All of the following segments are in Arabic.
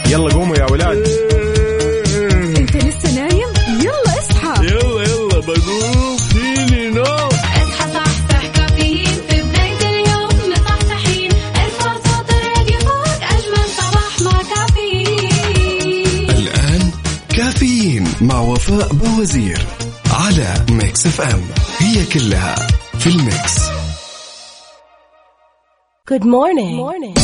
يلا قوموا يا ولاد. انت لسه نايم؟ يلا اصحى. يلا بقوم فيني نوم. اصحى صحصح كافيين في بداية اليوم مصحصحين. ارفع صوت الراديو فوق أجمل صباح مع كافيين. الآن كافيين مع وفاء بوزير على ميكس اف ام. هي كلها في الميكس. Good morning.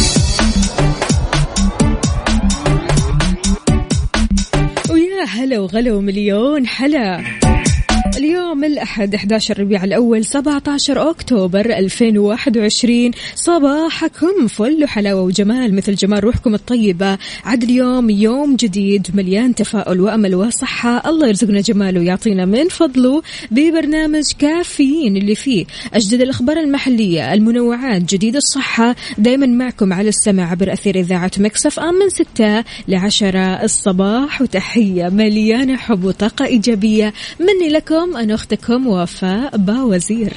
ويا هلا وغلا ومليون حلا. اليوم الأحد 11 ربيع الأول 17 أكتوبر 2021. صباحكم فل وحلاوة وجمال مثل جمال روحكم الطيبة. عد اليوم يوم جديد مليان تفاؤل وأمل وصحة. الله يرزقنا جماله ويعطينا من فضله ببرنامج كافيين اللي فيه أجدد الأخبار المحلية، المنوعات، جديد الصحة، دايما معكم على السمع عبر أثير إذاعة ميكس اف ام من 6 ل10 الصباح. وتحية مليانة حب وطاقة إيجابية مني لكم، أنا أختكم وفاء باوزير.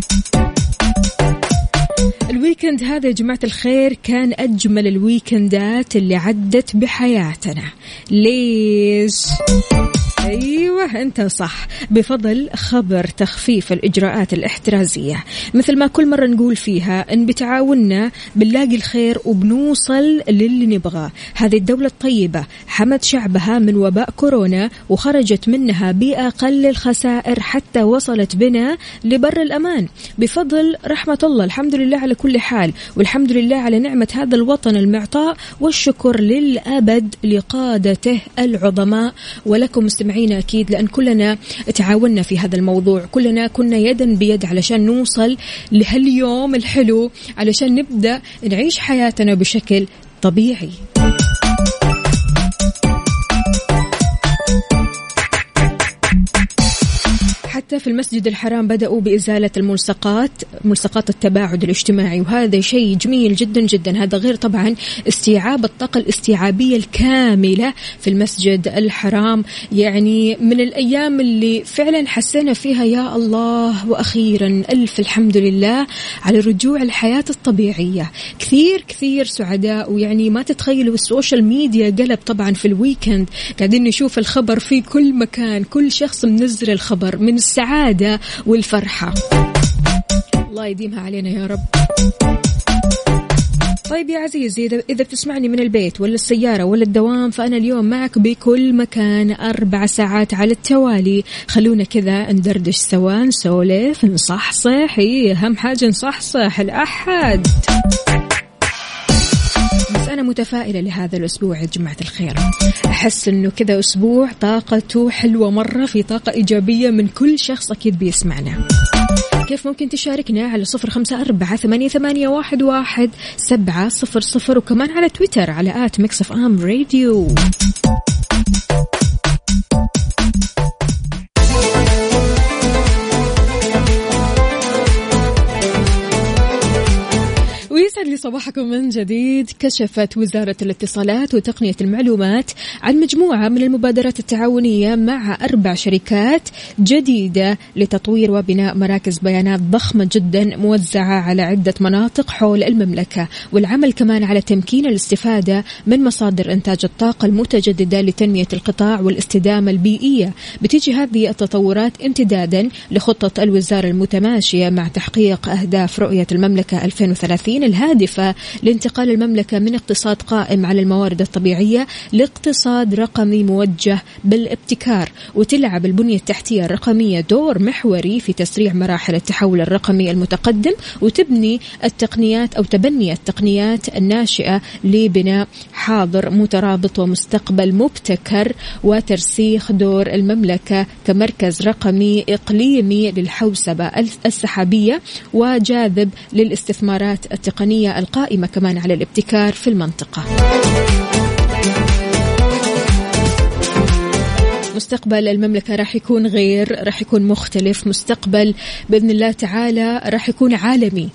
الويكند هذا يا جماعة الخير كان أجمل الويكندات اللي عدت بحياتنا. ليش؟ أيوة أنت صح، بفضل خبر تخفيف الإجراءات الاحترازية. مثل ما كل مرة نقول فيها إن بتعاوننا بنلاقي الخير وبنوصل للي نبغاه. هذه الدولة الطيبة حمت شعبها من وباء كورونا وخرجت منها بأقل الخسائر حتى وصلت بنا لبر الأمان بفضل رحمة الله. الحمد لله على كل حال، والحمد لله على نعمة هذا الوطن المعطاء، والشكر للأبد لقادته العظماء ولكم مستمعين أكيد، لأن كلنا تعاوننا في هذا الموضوع، كلنا كنا يدا بيد علشان نوصل لهاليوم الحلو، علشان نبدأ نعيش حياتنا بشكل طبيعي. حتى في المسجد الحرام بدأوا بإزالة ملصقات التباعد الاجتماعي، وهذا شيء جميل جدا جدا. هذا غير طبعا استيعاب الطاقة الاستيعابية الكاملة في المسجد الحرام. يعني من الأيام اللي فعلا حسينا فيها يا الله وأخيرا ألف الحمد لله على رجوع الحياة الطبيعية. كثير كثير سعداء، ويعني ما تتخيلوا السوشيال ميديا قلب طبعا في الويكند، قاعدين نشوف الخبر في كل مكان، كل شخص منزل الخبر من السعادة والفرحة. الله يديمها علينا يا رب. طيب يا عزيزي، إذا بتسمعني من البيت ولا السيارة ولا الدوام، فأنا اليوم معك بكل مكان 4 ساعات على التوالي. خلونا كذا ندردش سوا، نسولف، نصحصح. أهم حاجة نصحصح الأحد. بس أنا متفائلة لهذا الأسبوع يا جماعة الخير. أحس إنه كذا أسبوع طاقته حلوة مرة، في طاقة إيجابية من كل شخص أكيد بيسمعنا. كيف ممكن تشاركنا؟ على 0548811700 وكمان على تويتر على @mixfamradio. ويسعد لي صباحكم من جديد. كشفت وزارة الاتصالات وتقنية المعلومات عن مجموعة من المبادرات التعاونية مع 4 شركات جديدة لتطوير وبناء مراكز بيانات ضخمة جدا موزعة على عدة مناطق حول المملكة، والعمل كمان على تمكين الاستفادة من مصادر إنتاج الطاقة المتجددة لتنمية القطاع والاستدامة البيئية. بتيجي هذه التطورات امتدادا لخطة الوزارة المتماشية مع تحقيق أهداف رؤية المملكة 2030 الهادفة لانتقال المملكة من اقتصاد قائم على الموارد الطبيعية لاقتصاد رقمي موجه بالابتكار. وتلعب البنية التحتية الرقمية دور محوري في تسريع مراحل التحول الرقمي المتقدم، وتبني التقنيات أو تبني التقنيات الناشئة لبناء حاضر مترابط ومستقبل مبتكر، وترسيخ دور المملكة كمركز رقمي إقليمي للحوسبة السحابية وجاذب للاستثمارات التقنية القائمة كمان على الابتكار في المنطقة. مستقبل المملكة راح يكون غير، راح يكون مختلف، مستقبل بإذن الله تعالى راح يكون عالمي.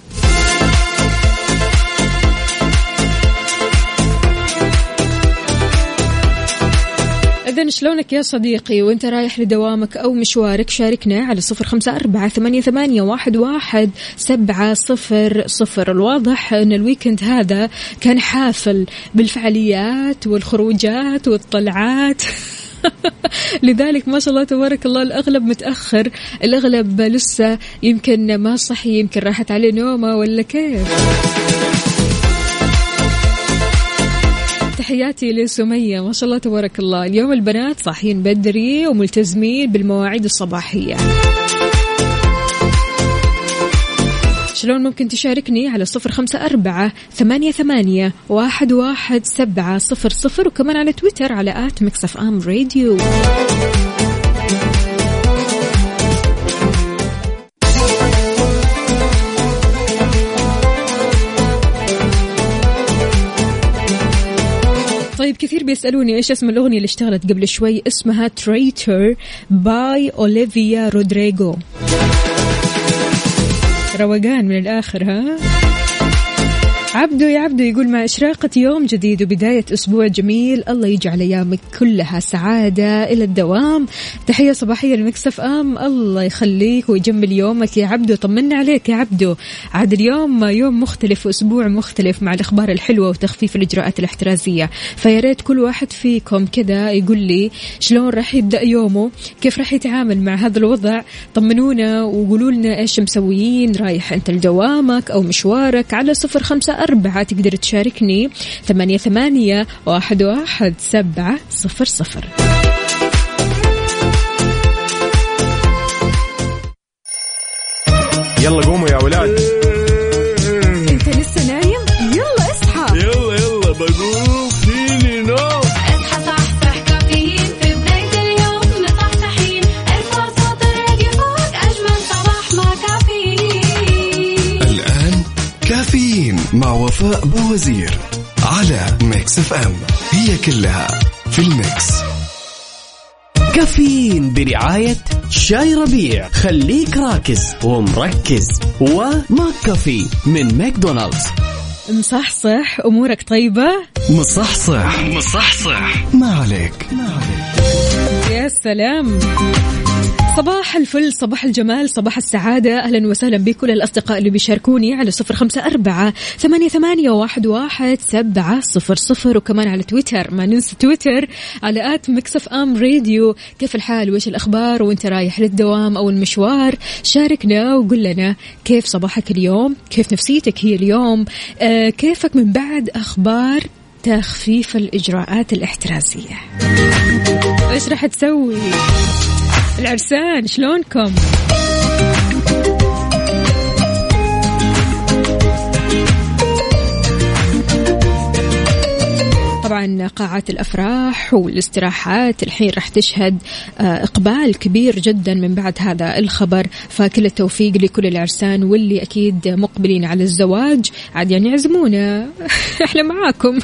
إذن شلونك يا صديقي وانت رايح لدوامك أو مشوارك؟ شاركنا على 0548811700. الواضح أن الويكند هذا كان حافل بالفعاليات والخروجات والطلعات لذلك ما شاء الله تبارك الله الأغلب متأخر، الأغلب لسه يمكن ما صحي، يمكن راحت عليه نومه ولا كيف. تحياتي لسمية ما شاء الله تبارك الله، اليوم البنات صاحيين بدري وملتزمين بالمواعيد الصباحية. شلون ممكن تشاركني على 0548811700 وكمان على تويتر على @mixfmradio. طيب كثير بيسألوني إيش اسم الأغنية اللي اشتغلت قبل شوي، اسمها Traitor باي أوليفيا رودريغو. روقان من الآخر ها. عبدو يا عبدو يقول مع إشراقة يوم جديد وبداية أسبوع جميل، الله يجعل أيامك كلها سعادة إلى الدوام. تحية صباحية لميكس اف ام، الله يخليك ويجمل يومك يا عبدو. طمنا عليك يا عبدو، عاد اليوم يوم مختلف وأسبوع مختلف مع الأخبار الحلوة وتخفيف الإجراءات الاحترازية. فياريت كل واحد فيكم كذا يقول لي شلون راح يبدأ يومه، كيف راح يتعامل مع هذا الوضع. طمنونا وقولوا لنا إيش مسويين، رايح أنت لدوامك أو مشوارك. على 0548 تقدر تشاركني 88111700. يلا قوموا يا ولاد. انت لسه نايم؟ يلا اصحى. يلا بقوم فيني نوم. اصحى صحصح كافيين في بداية اليوم مصحصحين، ارفع صوت الراديو فوق أجمل صباح مع كافيين. الآن كافيين مع وفاء بوزير على ميكس اف ام، هي كلها في الميكس. كافيين برعاية شاي ربيع، خليك راكز ومركز، وماك كافي من ماكدونالدز. مصحصح أمورك طيبة؟ مصحصح ما عليك. يا سلام، صباح الفل، صباح الجمال، صباح السعادة. أهلا وسهلا بكل الأصدقاء اللي بيشاركوني على 0548811700 وكمان على تويتر، ما ننسى تويتر على @mixfmradio. كيف الحال وإيش الأخبار وإنت رايح للدوام أو المشوار؟ شاركنا وقول لنا كيف صباحك اليوم، كيف نفسيتك هي اليوم، كيفك من بعد أخبار تخفيف الإجراءات الاحترازية. إيش راح تسوي؟ العرسان شلونكم؟ طبعا قاعات الأفراح والاستراحات الحين راح تشهد إقبال كبير جدا من بعد هذا الخبر، فكل التوفيق لكل العرسان واللي أكيد مقبلين على الزواج. عاد يعني عزمونا احنا معاكم.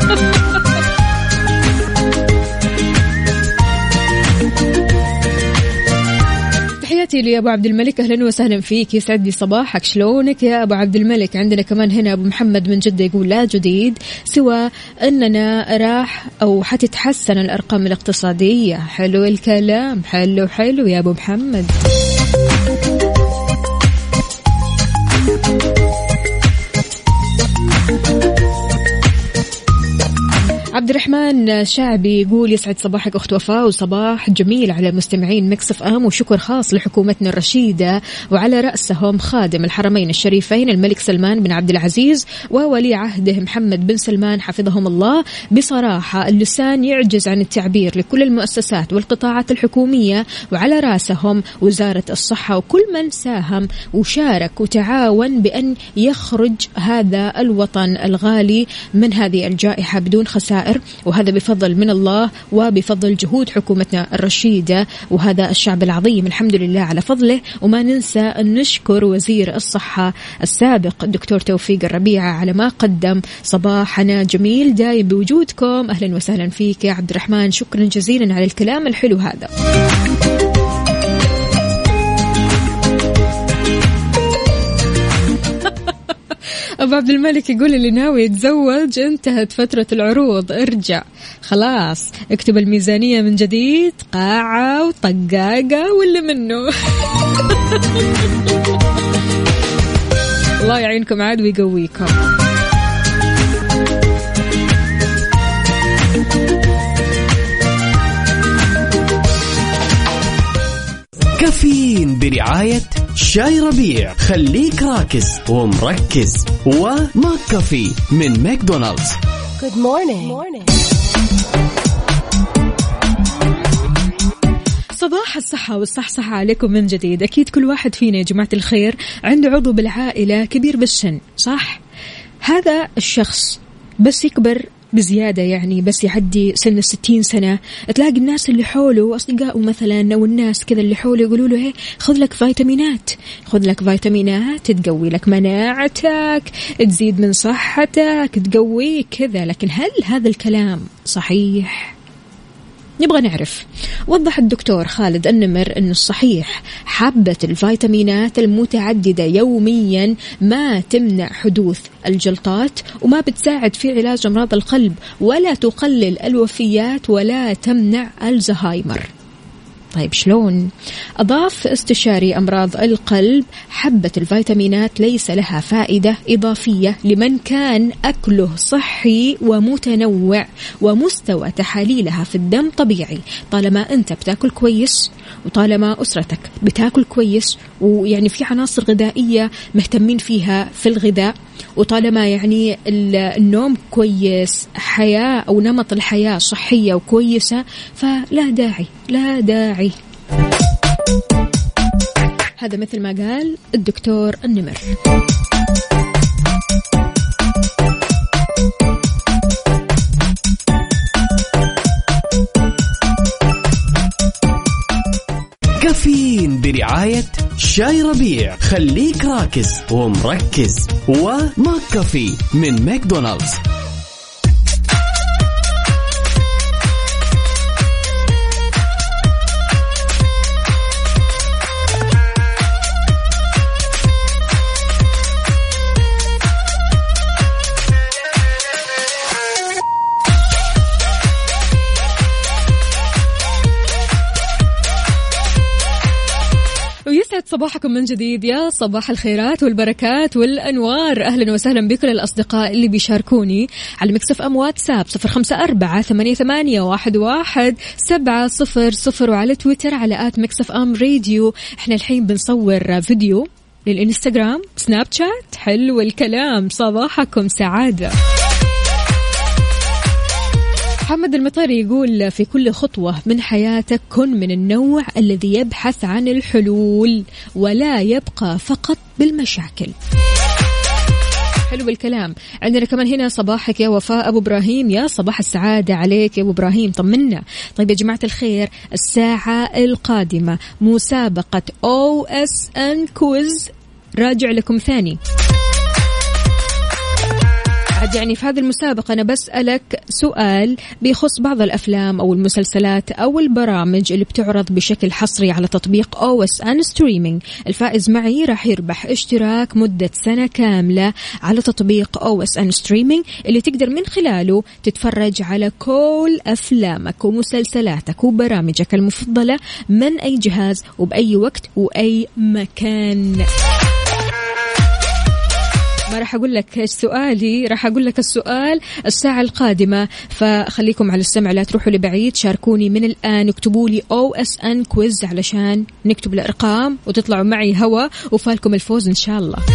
تحياتي لي أبو عبد الملك، أهلا وسهلا فيك، يسعد لي صباحك. شلونك يا أبو عبد الملك؟ عندنا كمان هنا أبو محمد من جدة يقول لا جديد سوى أننا راح أو حتتحسن الأرقام الاقتصادية. حلو الكلام، حلو يا أبو محمد. عبد الرحمن شعبي يقول يسعد صباحك أخت وفاء وصباح جميل على مستمعين ميكس اف ام، وشكر خاص لحكومتنا الرشيدة وعلى رأسهم خادم الحرمين الشريفين الملك سلمان بن عبد العزيز وولي عهده محمد بن سلمان حفظهم الله. بصراحة اللسان يعجز عن التعبير لكل المؤسسات والقطاعات الحكومية، وعلى رأسهم وزارة الصحة وكل من ساهم وشارك وتعاون بأن يخرج هذا الوطن الغالي من هذه الجائحة بدون خسائر، وهذا بفضل من الله وبفضل جهود حكومتنا الرشيدة وهذا الشعب العظيم الحمد لله على فضله. وما ننسى أن نشكر وزير الصحة السابق الدكتور توفيق الربيعة على ما قدم. صباحنا جميل دايم بوجودكم. أهلا وسهلا فيك يا عبد الرحمن، شكرا جزيلا على الكلام الحلو هذا. أبو عبد الملك يقول اللي ناوي يتزوج انتهت فترة العروض، ارجع خلاص اكتب الميزانية من جديد، قاعة وطقاقة واللي منه. الله يعينكم عاد ويقويكم. كافيين برعاية شاي ربيع، خليك راكز ومركز، وماك كافي من ماكدونالدز. Good morning. صباح الصحة والصحصحة عليكم من جديد. أكيد كل واحد فينا يا جماعة الخير عنده عضو بالعائلة كبير بالسن، صح؟ هذا الشخص بس يكبر بزيادة، يعني بس يعدي سن 60 سنة تلاقي الناس اللي حوله أصدقائه مثلا أو الناس كذا اللي حوله يقولوا له هي خذ لك فيتامينات، خذ لك فيتامينات تقوي لك مناعتك، تزيد من صحتك، تقوي كذا. لكن هل هذا الكلام صحيح؟ نبغى نعرف. وضح الدكتور خالد النمر أن الصحيح حبة الفيتامينات المتعددة يوميا ما تمنع حدوث الجلطات وما بتساعد في علاج أمراض القلب ولا تقلل الوفيات ولا تمنع الزهايمر. طيب شلون؟ أضاف استشاري أمراض القلب حبة الفيتامينات ليس لها فائدة إضافية لمن كان أكله صحي ومتنوع ومستوى تحاليلها في الدم طبيعي. طالما أنت بتاكل كويس وطالما أسرتك بتاكل كويس ويعني في عناصر غذائية مهتمين فيها في الغذاء، وطالما يعني النوم كويس، حياة أو نمط الحياة صحية وكويسة، فلا داعي لا داعي. هذا مثل ما قال الدكتور النمر. كافيين برعاية شاي ربيع، خليك راكز ومركز، وماك كافي من ماكدونالدز. يسعد صباحكم من جديد، يا صباح الخيرات والبركات والأنوار. أهلا وسهلا بكل الأصدقاء اللي بيشاركوني على مكسف أم واتساب 0548811700 وعلى تويتر على @مكسف أم راديو. احنا الحين بنصور فيديو للإنستغرام سناب شات. حلو الكلام، صباحكم سعادة. محمد المطيري يقول في كل خطوة من حياتك كن من النوع الذي يبحث عن الحلول ولا يبقى فقط بالمشاكل. حلو الكلام. عندنا كمان هنا صباحك يا وفاء أبو إبراهيم، يا صباح السعادة عليك يا أبو إبراهيم، طمنا. طيب يا جماعة الخير، الساعة القادمة مسابقة OSN كويز راجع لكم ثاني. يعني في هذه المسابقة أنا بسألك سؤال بيخص بعض الأفلام أو المسلسلات أو البرامج اللي بتعرض بشكل حصري على تطبيق OSN ستريمينج. الفائز معي راح يربح اشتراك مدة سنة كاملة على تطبيق OSN ستريمينج اللي تقدر من خلاله تتفرج على كل أفلامك ومسلسلاتك وبرامجك المفضلة من أي جهاز وبأي وقت وأي مكان. ما راح أقول لك إيش سؤالي، راح أقول لك السؤال الساعة القادمة، فخليكم على السمع لا تروحوا لبعيد. شاركوني من الآن، اكتبوا لي OSN كويز علشان نكتب الأرقام وتطلعوا معي هوا وفالكم الفوز إن شاء الله.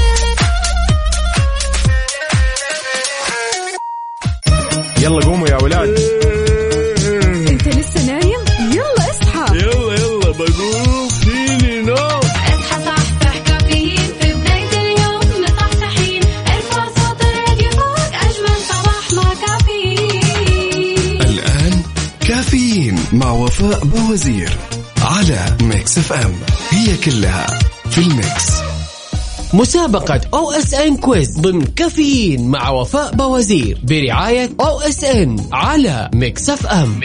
يلا قوموا يا ولاد. أنت لسه نايم؟ يلا اصحى. يلا بقوم فيني نوم. اصحى صحصح كافيين في بداية اليوم مصحصحين، ارفع صوت الراديو فوق أجمل صباح مع كافيين. الآن كافيين مع وفاء بوزير على ميكس اف ام، هي كلها في الميكس. مسابقة OSN كويز ضمن كافيين مع وفاء بوزير برعاية OSN على ميكس اف ام.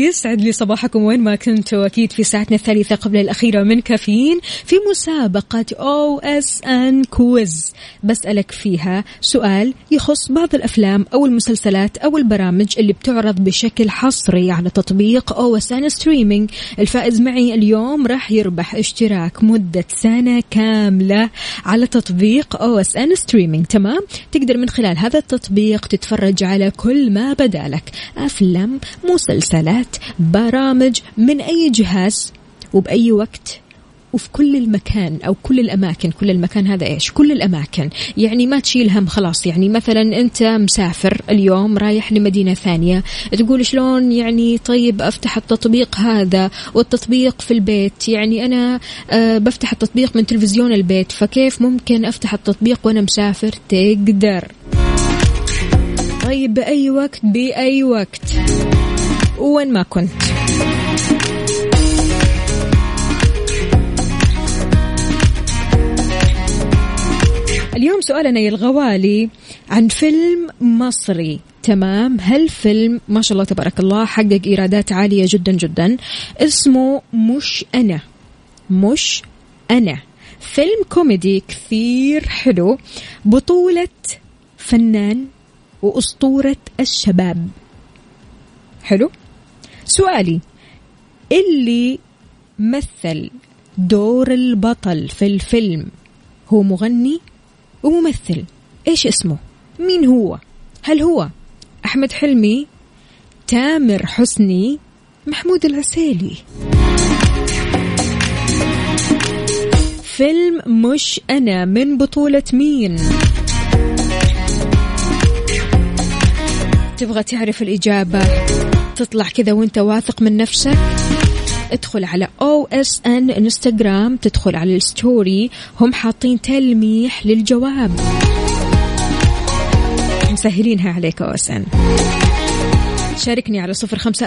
يسعد لي صباحكم وين ما كنتوا. أكيد في ساعتنا الثالثة قبل الأخيرة من كافيين في مسابقة OSN كويز. بسألك فيها سؤال يخص بعض الأفلام أو المسلسلات أو البرامج اللي بتعرض بشكل حصري على تطبيق OSN ستريمينج. الفائز معي اليوم راح يربح اشتراك مدة سنة كاملة على تطبيق OSN ستريمينج. تمام؟ تقدر من خلال هذا التطبيق تتفرج على كل ما بدالك، أفلام، مسلسلات، برامج، من أي جهاز وبأي وقت وفي كل المكان أو كل الأماكن. كل المكان هذا إيش؟ كل الأماكن، يعني ما تشيل هم. خلاص يعني مثلا أنت مسافر اليوم رايح لمدينة ثانية، تقول شلون يعني طيب أفتح التطبيق هذا والتطبيق في البيت، يعني أنا بفتح التطبيق من تلفزيون البيت، فكيف ممكن أفتح التطبيق وأنا مسافر؟ تقدر. طيب بأي وقت، بأي وقت وين ما كنت. اليوم سؤالنا يا الغوالي عن فيلم مصري. تمام؟ هالفيلم ما شاء الله تبارك الله حقق إيرادات عالية جدا جدا، اسمه مش أنا. مش أنا فيلم كوميدي كثير حلو، بطولة فنان وأسطورة الشباب. حلو؟ سؤالي، اللي مثل دور البطل في الفيلم هو مغني وممثل، إيش اسمه؟ مين هو؟ هل هو أحمد حلمي، تامر حسني، محمود العسيلي؟ فيلم مش أنا من بطولة مين؟ تبغى تعرف الإجابة؟ تطلع كذا وانت واثق من نفسك، ادخل على OSN انستغرام، تدخل على الستوري، هم حاطين تلميح للجواب، مسهلينها عليك OSN. شاركني على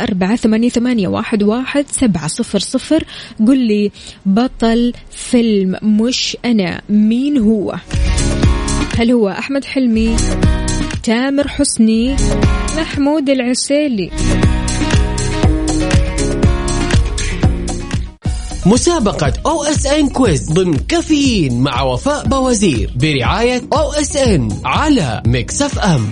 0548811700. قل لي بطل فيلم مش أنا مين هو؟ هل هو أحمد حلمي، تامر حسني، محمود العسيلي؟ مسابقة OSN كويز ضمن كافيين مع وفاء بوازير برعاية OSN على ميكس اف ام.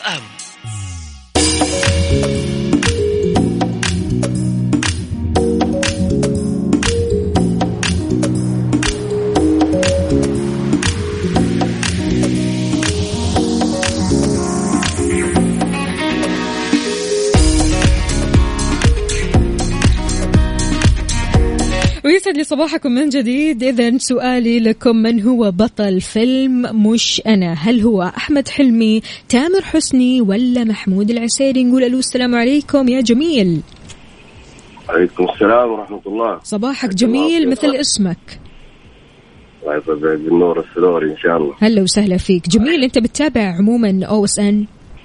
ويسعد لي صباحكم من جديد. إذن سؤالي لكم، من هو بطل فيلم مش أنا؟ هل هو أحمد حلمي، تامر حسني، ولا محمود العسيلي؟ نقول ألو السلام عليكم يا جميل. عليكم السلام ورحمة الله. صباحك جميل مثل اسمك. الله يطلع بالنور السلوري إن شاء الله. هلا وسهلا فيك. جميل، أنت بتتابع عموما OSN؟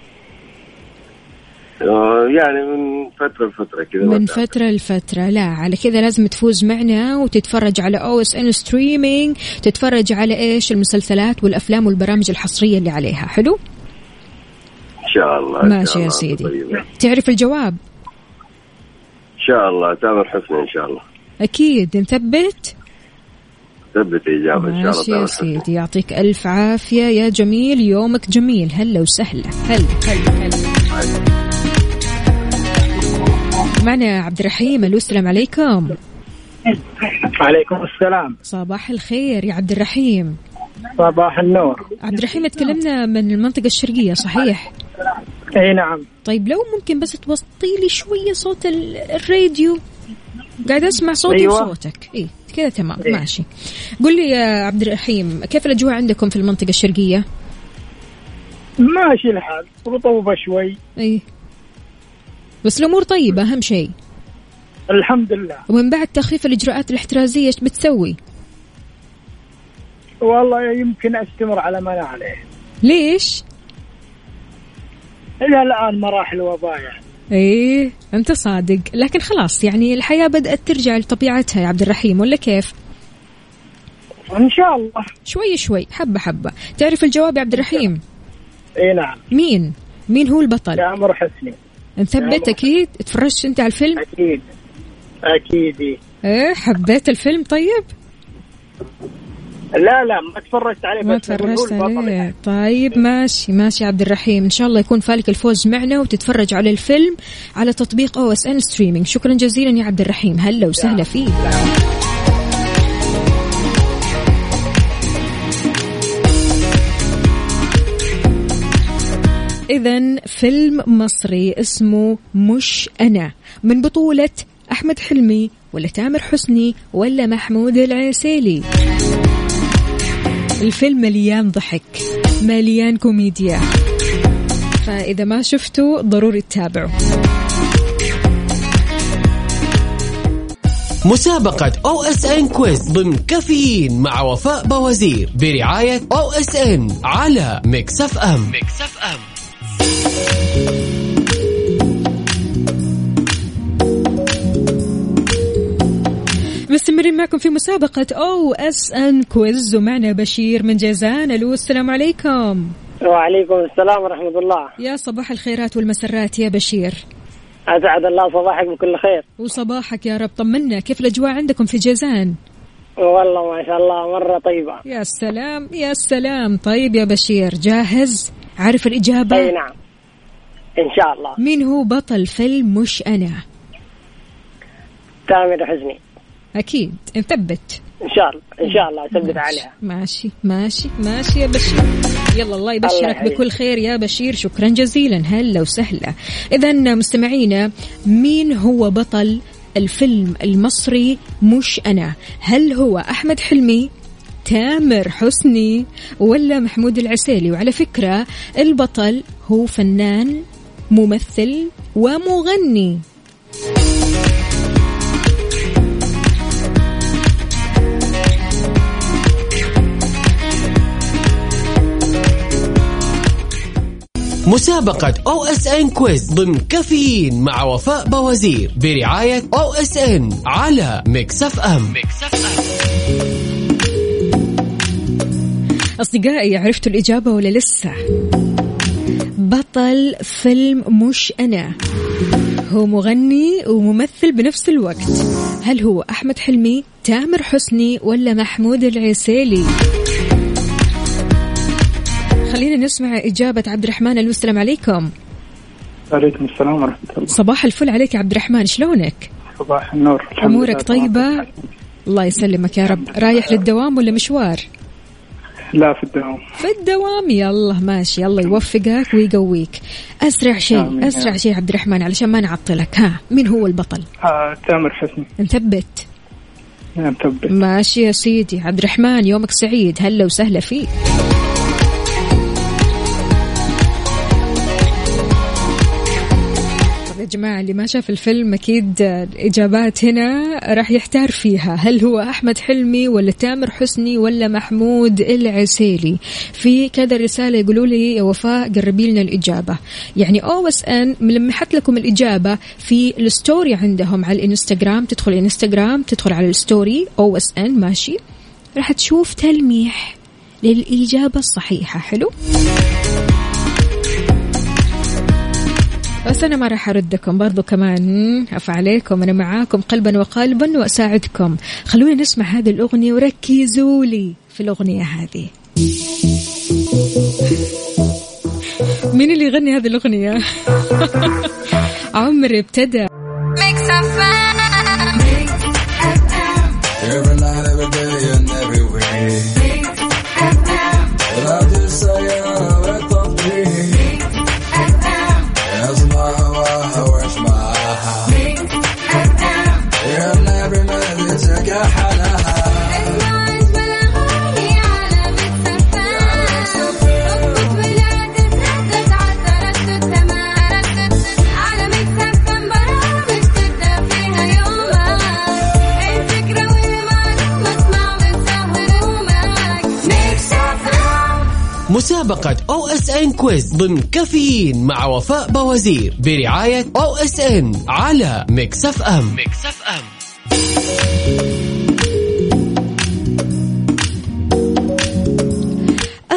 يعني من فترة لفترة كذا. من فترة لفترة. لا على كذا لازم تفوز معنا وتتفرج على OSN ستريمينج، تتفرج على إيش؟ المسلسلات والأفلام والبرامج الحصرية اللي عليها. حلو؟ إن شاء الله. ماشي يا سيدي. تعرف الجواب؟ إن شاء الله تامر حسني إن شاء الله. أكيد نثبت؟ ثبت إجابة إن شاء الله. ماشي يا سيدي، يعطيك ألف عافية يا جميل، يومك جميل. هلا وسهلا. هلا. معنا عبد الرحيم. ألو السلام عليكم. عليكم السلام. صباح الخير يا عبد الرحيم. صباح النور. عبد الرحيم، تكلمنا من المنطقة الشرقية صحيح؟ اي نعم. طيب لو ممكن بس توطي لي شوية صوت الراديو، قاعد أسمع صوتي. أيوة. وصوتك إيه كذا تمام. ماشي. قل لي يا عبد الرحيم، كيف الأجواء عندكم في المنطقة الشرقية؟ ماشي الحال، رطوبة شوي. إيه بس الأمور طيبة أهم شيء. الحمد لله. ومن بعد تخفيف الإجراءات الاحترازية إيش بتسوي؟ والله يمكن أستمر على ما أنا عليه. ليش؟ إلى الآن مراحل وباء يعني. إيه أنت صادق، لكن خلاص يعني الحياة بدأت ترجع لطبيعتها يا عبد الرحيم، ولا كيف؟ إن شاء الله. شوي شوي، حبة حبة. تعرف الجواب يا عبد الرحيم؟ إيه نعم. مين هو البطل؟ تامر حسني. نثبت أكيد. تفرجت أنت على الفيلم؟ أكيد. إيه حبيت الفيلم طيب؟ لا ما تفرجت عليه. ما تفرجت عليه. طيب ماشي عبد الرحيم، إن شاء الله يكون فالك الفوز معنا وتتفرج على الفيلم على تطبيق OSN ستريمينج. شكرا جزيلا يا عبد الرحيم، هلا وسهلا فيك. إذن فيلم مصري اسمه مش أنا، من بطولة أحمد حلمي ولا تامر حسني ولا محمود العسيلي. الفيلم مليان ضحك، مليان كوميديا، فإذا ما شفتوا ضروري تتابعوا. مسابقة OSN كويز ضمن كافيين مع وفاء بوازير برعاية OSN على ميكس اف ام. مستمرين معكم في مسابقة OSN كويز ومعنا بشير من جازان. ألو السلام عليكم. وعليكم السلام ورحمة الله. يا صباح الخيرات والمسرات يا بشير. أسعد الله صباحك بكل خير. وصباحك يا رب. طمنا كيف الأجواء عندكم في جازان؟ والله ما شاء الله مرة طيبة. يا سلام يا سلام. طيب يا بشير جاهز؟ عارف الإجابة؟ أي نعم إن شاء الله. مين هو بطل فيلم مش أنا؟ تامر حسني. أكيد نثبت إن شاء الله أثبت عليها. ماشي يا بشير. يلا الله يبشرك بكل خير يا بشير. شكرا جزيلا، هلا وسهلا. إذن مستمعينا، مين هو بطل الفيلم المصري مش أنا؟ هل هو أحمد حلمي، تامر حسني ولا محمود العسيلي؟ وعلى فكرة البطل هو فنان ممثل ومغني. مسابقة OSN كويز ضمن كافيين مع وفاء بوازير برعاية OSN على ميكس اف ام. أصدقائي عرفتوا الإجابة ولا لسه؟ بطل فيلم مش أنا هو مغني وممثل بنفس الوقت. هل هو أحمد حلمي، تامر حسني ولا محمود العسيلي؟ خلينا نسمع إجابة عبد الرحمن. ألو السلام عليكم. وعليكم السلام ورحمة الله. صباح الفل عليك يا عبد الرحمن، شلونك؟ صباح النور. أمورك طيبة؟ الله يسلمك يا رب. رايح للدوام ولا مشوار؟ لا في الدوام. يلا ماشي، الله يوفقك ويقويك. أسرع شيء عبد الرحمن علشان ما نعطلك. ها مين هو البطل؟ تامر حسني. نثبت. نثبت. ماشي يا سيدي. عبد الرحمن يومك سعيد، هلا وسهلا فيك. يا جماعة اللي ما شاف الفيلم أكيد الإجابات هنا راح يحتار فيها. هل هو أحمد حلمي ولا تامر حسني ولا محمود العسيلي؟ في كذا رسالة يقولوا لي يا وفاء قربي لنا الإجابة. يعني OSN ملمحت لكم الإجابة في الستوري عندهم على الإنستغرام. تدخل على الستوري OSN ماشي، راح تشوف تلميح للإجابة الصحيحة. حلو، بس أنا ما راح أردكم برضو كمان، أف عليكم، أنا معاكم قلبا وقالبا وأساعدكم. خلونا نسمع هذه الأغنية وركزوا لي في الأغنية هذه. مين اللي يغني هذه الأغنية؟ عمري ابتدى. مسابقة OSN كويز ضمن كافيين مع وفاء بوازير برعاية OSN على ميكس اف ام.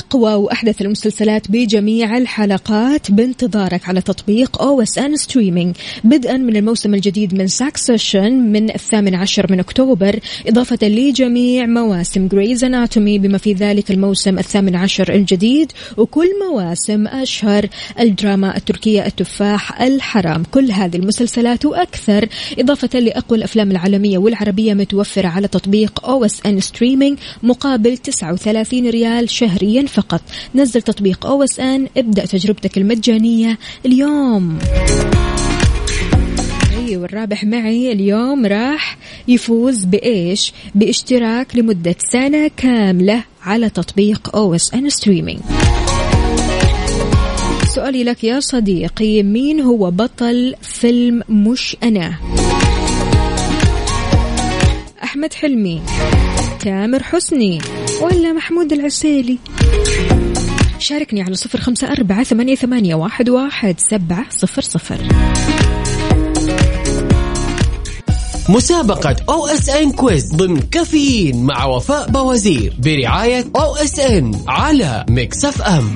أقوى وأحدث المسلسلات بجميع الحلقات بانتظارك على تطبيق OSN ستريمينج بدءا من الموسم الجديد من ساكسيشن من 18 من أكتوبر، إضافة لجميع مواسم Grey's Anatomy بما في ذلك الموسم 18 الجديد وكل مواسم أشهر الدراما التركية التفاح الحرام. كل هذه المسلسلات وأكثر إضافة لأقوى الأفلام العالمية والعربية متوفرة على تطبيق OSN ستريمينج مقابل 39 ريال شهريا فقط. نزل تطبيق OSN، ابدأ تجربتك المجانية اليوم. والرابح معي اليوم راح يفوز بإيش؟ باشتراك لمدة سنة كاملة على تطبيق OSN ستريمينج. سؤالي لك يا صديقي، مين هو بطل فيلم مش أنا؟ أحمد حلمي، تامر حسني، ولا محمود العسيلي؟ شاركني على 0548811700. مسابقة OSN كويز ضمن كافيين مع وفاء بوازير برعاية OSN على ميكس اف ام.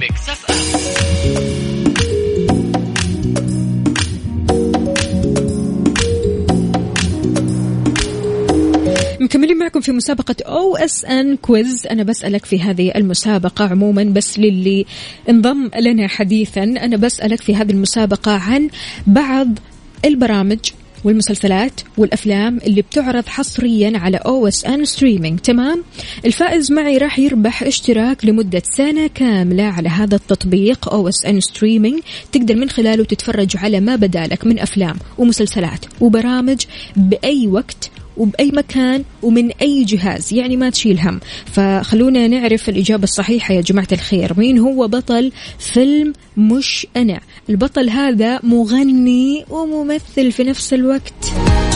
مكملين معكم في مسابقة OSN كويز. أنا بسألك في هذه المسابقة عموما، بس للي انضم لنا حديثا، أنا بسألك في هذه المسابقة عن بعض البرامج والمسلسلات والأفلام اللي بتعرض حصريا على OSN ستريمينج. تمام؟ الفائز معي راح يربح اشتراك لمدة سنة كاملة على هذا التطبيق OSN ستريمينج، تقدر من خلاله تتفرج على ما بدالك من أفلام ومسلسلات وبرامج بأي وقت وبأي مكان ومن أي جهاز، يعني ما تشيل هم. فخلونا نعرف الإجابة الصحيحة يا جماعة الخير. مين هو بطل فيلم مش أنا؟ البطل هذا مغني وممثل في نفس الوقت.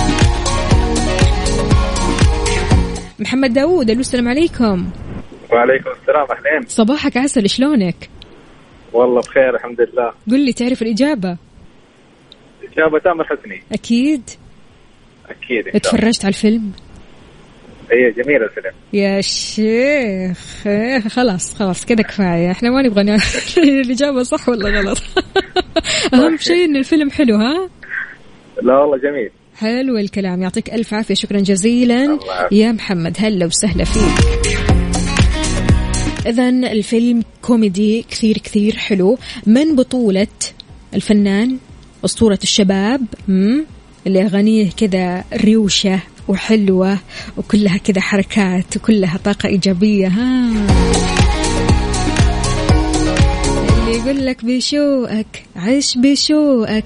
محمد داوود، ألو السلام عليكم. وعليكم السلام، أهلين. صباحك عسل، شلونك؟ والله بخير الحمد لله. قل لي، تعرف الإجابة؟ إجابة تامر حسني. أكيد أكيد. اتفرجت على الفيلم؟ هي جميل الفيلم يا شيخ. خلاص كده كفاية، احنا ما نبغى نعرف الإجابة صح ولا غلط. أهم شيء إن الفيلم حلو. ها؟ لا والله جميل. حلو الكلام، يعطيك ألف عافية، شكرا جزيلا يا محمد، هلا وسهلا فيك. إذن الفيلم كوميدي كثير حلو، من بطولة الفنان أسطورة الشباب اللي أغانيه كذا ريوشة وحلوة وكلها كذا حركات وكلها طاقة إيجابية. اللي يقول لك بشوقك عيش بشوقك.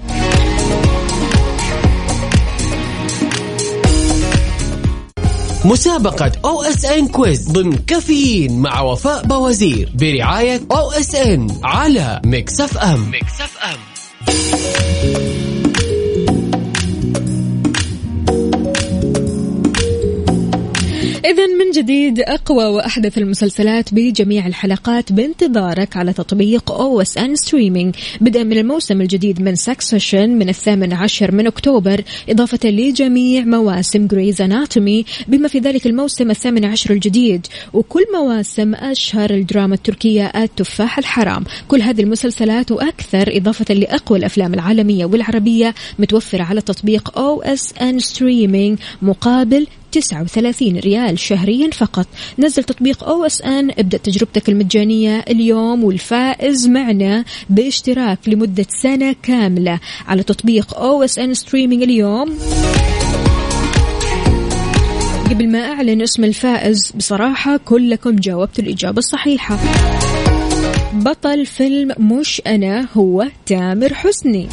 مسابقة OSN كويز ضمن كافيين مع وفاء بوازير برعاية OSN على ميكس اف ام. إذن من جديد أقوى وأحدث المسلسلات بجميع الحلقات بانتظارك على تطبيق OSN ستريمينج بدءا من الموسم الجديد من ساكسيشن من 18 من أكتوبر، إضافة لجميع مواسم Grey's Anatomy بما في ذلك الموسم 18 الجديد وكل مواسم أشهر الدراما التركية التفاح الحرام. كل هذه المسلسلات وأكثر إضافة لأقوى الأفلام العالمية والعربية متوفرة على تطبيق OSN ستريمينج مقابل 39 ريال شهريا فقط. نزل تطبيق OSN، ابدأ تجربتك المجانية اليوم، والفائز معنا باشتراك لمدة سنة كاملة على تطبيق OSN ستريمينج اليوم. قبل ما أعلن اسم الفائز، بصراحة كلكم جاوبتوا الإجابة الصحيحة. بطل فيلم مش أنا هو تامر حسني.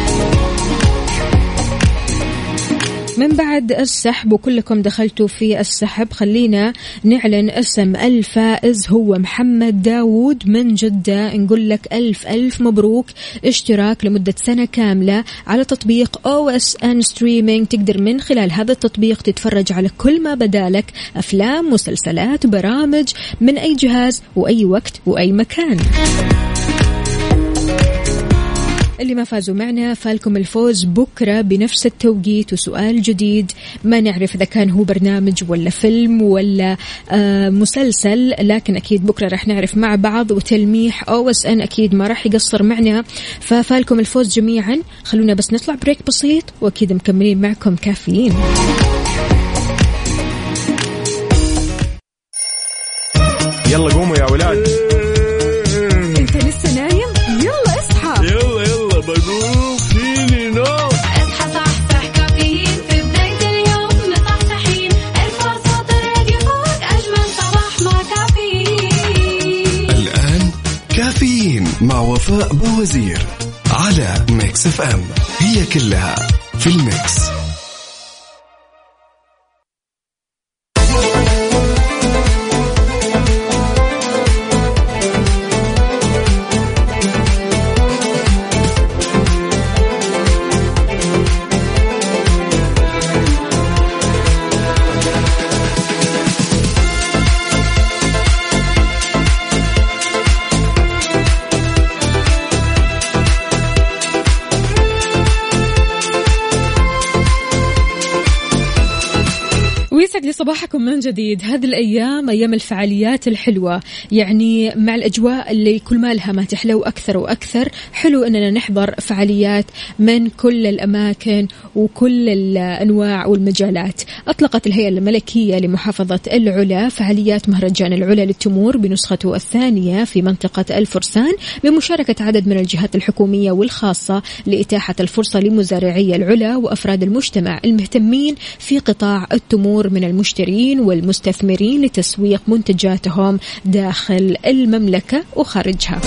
من بعد السحب وكلكم دخلتوا في السحب، خلينا نعلن اسم الفائز، هو محمد داوود من جدة. نقول لك ألف مبروك، اشتراك لمدة سنة كاملة على تطبيق OSN ستريمينج. تقدر من خلال هذا التطبيق تتفرج على كل ما بدالك، أفلام مسلسلات برامج من أي جهاز وأي وقت وأي مكان. اللي ما فازوا معنا فالكم الفوز بكرة بنفس التوقيت وسؤال جديد. ما نعرف إذا كان هو برنامج ولا فيلم ولا مسلسل، لكن أكيد بكرة رح نعرف مع بعض. وتلميح OSN أكيد ما رح يقصر معنا، ففالكم الفوز جميعا. خلونا بس نطلع بريك بسيط وأكيد مكملين معكم كافيين. يلا قوموا يا ولاد. انت لسه نايم؟ يلا اصحى. يلا بقوم فيني نوم. اصحى صحصح كافيين في بداية اليوم مصحصحين. ارفع صوت الراديو فوق أجمل صباح مع كافيين. الآن كافيين مع وفاء بوزير على ميكس اف ام، هي كلها في الميكس. يسعد لي صباحكم من جديد. هذه الأيام أيام الفعاليات الحلوة، يعني مع الأجواء اللي كل ما لها ما تحلى أكثر وأكثر. حلو أننا نحضر فعاليات من كل الأماكن وكل الأنواع والمجالات. أطلقت الهيئة الملكية لمحافظة العلا فعاليات مهرجان العلا للتمور بنسخته الثانية في منطقة الفرسان بمشاركة عدد من الجهات الحكومية والخاصة لإتاحة الفرصة لمزارعي العلا وأفراد المجتمع المهتمين في قطاع التمور من المشترين والمستثمرين لتسويق منتجاتهم داخل المملكة وخارجها.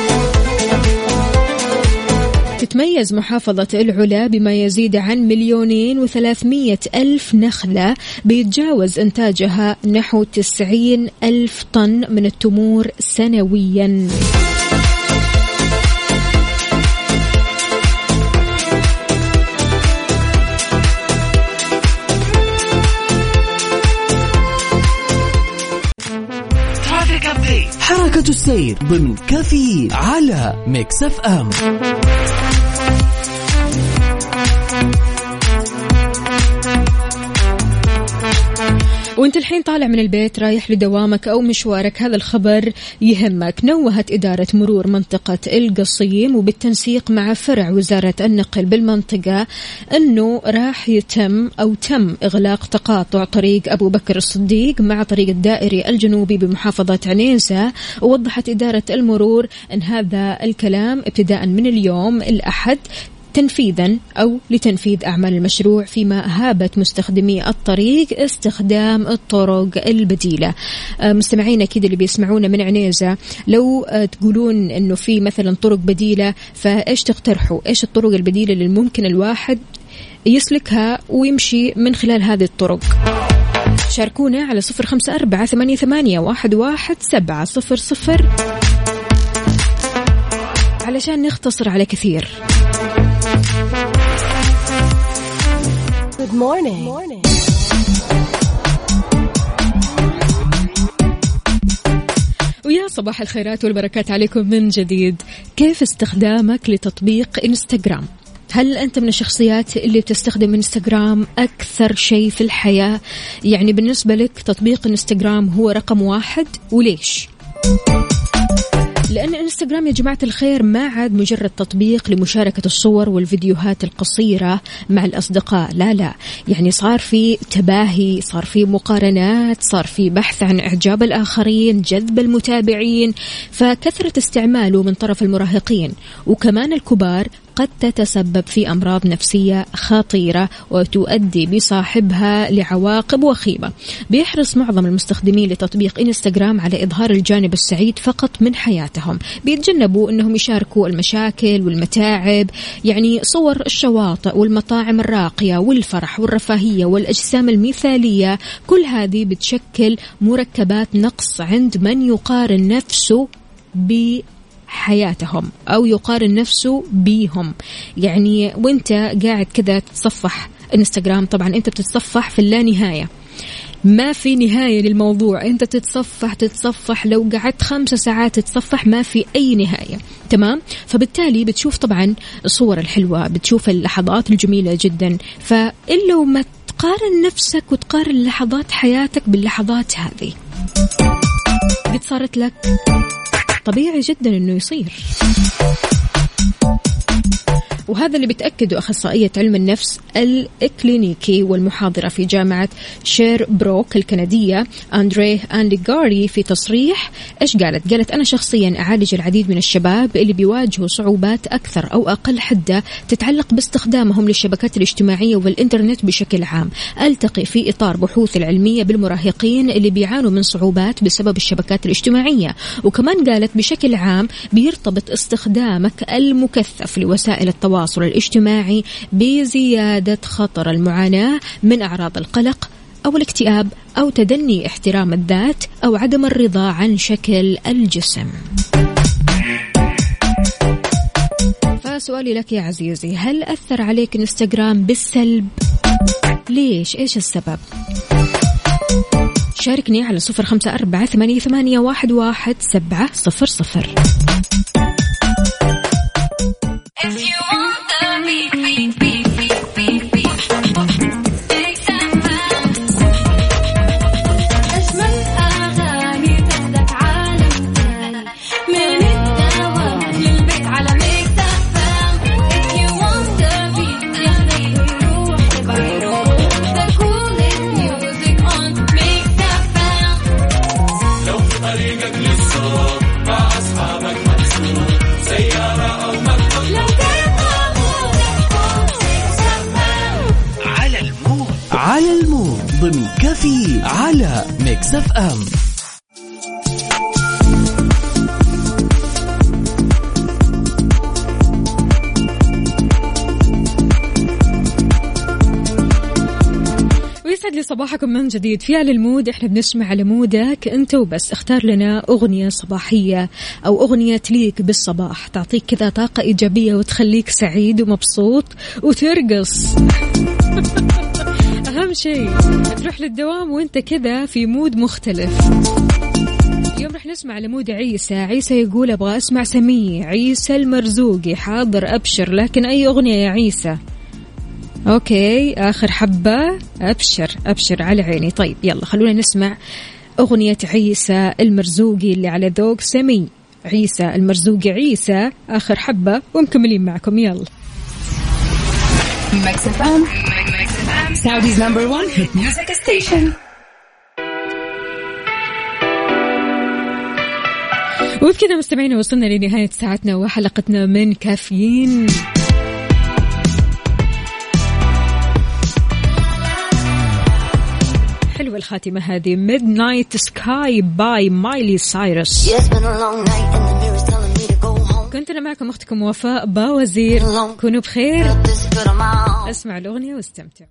تتميز محافظة العلا بما يزيد عن 2,300,000 نخلة بيتجاوز إنتاجها نحو 90,000 طن من التمور سنوياً. حركة السير ضمن كافيين على ميكس اف ام. وانت الحين طالع من البيت رايح لدوامك أو مشوارك، هذا الخبر يهمك. نوهت إدارة مرور منطقة القصيم وبالتنسيق مع فرع وزارة النقل بالمنطقة أنه راح تم إغلاق تقاطع طريق أبو بكر الصديق مع طريق الدائري الجنوبي بمحافظة عنيزة. ووضحت إدارة المرور أن هذا الكلام ابتداء من اليوم الأحد تنفيذا أو لتنفيذ أعمال المشروع، فيما أهابت مستخدمي الطريق استخدام الطرق البديلة. مستمعين أكيد اللي بيسمعونا من عنيزة، لو تقولون أنه في مثلا طرق بديلة، فإيش تقترحوا؟ إيش الطرق البديلة اللي ممكن الواحد يسلكها ويمشي من خلال هذه الطرق؟ شاركونا على 0548811700 علشان نختصر على كثير. Good morning. ويا صباح الخيرات والبركات عليكم من جديد. كيف استخدامك لتطبيق إنستغرام؟ هل أنت من الشخصيات اللي بتستخدم إنستغرام أكثر شيء في الحياة؟ يعني بالنسبة لك تطبيق إنستغرام هو رقم 1 وليش؟ لأن إنستغرام يا جماعة الخير ما عاد مجرد تطبيق لمشاركة الصور والفيديوهات القصيرة مع الأصدقاء، لا، يعني صار في تباهي، صار في مقارنات، صار في بحث عن إعجاب الآخرين، جذب المتابعين. فكثرة استعماله من طرف المراهقين وكمان الكبار قد تتسبب في أمراض نفسية خطيرة وتؤدي بصاحبها لعواقب وخيمة. بيحرص معظم المستخدمين لتطبيق إنستغرام على إظهار الجانب السعيد فقط من حياتهم، بيتجنبوا أنهم يشاركوا المشاكل والمتاعب، يعني صور الشواطئ والمطاعم الراقية والفرح والرفاهية والأجسام المثالية. كل هذه بتشكل مركبات نقص عند من يقارن نفسه حياتهم أو يقارن نفسه بيهم. يعني وانت قاعد كذا تتصفح إنستغرام، طبعا انت بتتصفح في اللانهاية، ما في نهاية للموضوع، أنت تتصفح لو قعدت 5 ساعات تتصفح ما في أي نهاية. تمام؟ فبالتالي بتشوف طبعا الصور الحلوة، بتشوف اللحظات الجميلة جدا، فإلا وما تقارن نفسك وتقارن لحظات حياتك باللحظات هذه، قد صارت لك طبيعي جدا أنه يصير. وهذا اللي بتأكده أخصائية علم النفس الإكلينيكي والمحاضرة في جامعة شيربروك الكندية أندريه أنديغاري في تصريح. إيش قالت أنا شخصيا أعالج العديد من الشباب اللي بيواجهوا صعوبات أكثر أو أقل حدة تتعلق باستخدامهم للشبكات الاجتماعية والإنترنت بشكل عام. ألتقي في إطار بحوث العلمية بالمراهقين اللي بيعانوا من صعوبات بسبب الشبكات الاجتماعية. وكمان قالت بشكل عام بيرتبط استخدامك المكثف لوسائل التواصل الاجتماعي بزيادة خطر المعاناة من أعراض القلق أو الاكتئاب أو تدني احترام الذات أو عدم الرضا عن شكل الجسم. فسؤالي لك يا عزيزي، هل أثر عليك انستغرام بالسلب؟ ليش؟ إيش السبب؟ شاركني على 0548811700. على المود ضمن كافيين على ميكس اف ام. ويسعد لي صباحكم من جديد في على المود. احنا بنسمع على مودك انت وبس. اختار لنا اغنية صباحية او اغنية تليك بالصباح، تعطيك كذا طاقة ايجابية وتخليك سعيد ومبسوط وترقص. أهم شيء تروح للدوام وانت كذا في مود مختلف. اليوم رح نسمع لمود عيسى يقول أبغى أسمع سمية. عيسى المرزوقي حاضر أبشر، لكن أي أغنية يا عيسى؟ أوكي آخر حبة، أبشر على عيني. طيب يلا خلونا نسمع أغنية عيسى المرزوقي اللي على ذوق سمي. عيسى المرزوقي، عيسى آخر حبة، ومكملين معكم. يلا Mix FM, Saudi's #1 hit music station. وبكذا مستمعين وصلنا لنهاية ساعتنا وحلقتنا من كافيين. حلوة الخاتمة هذه. Midnight Sky by Miley Cyrus. كنت أنا معكم أختكم وفاء باوزير. كونوا بخير، اسمعوا الأغنية واستمتعوا.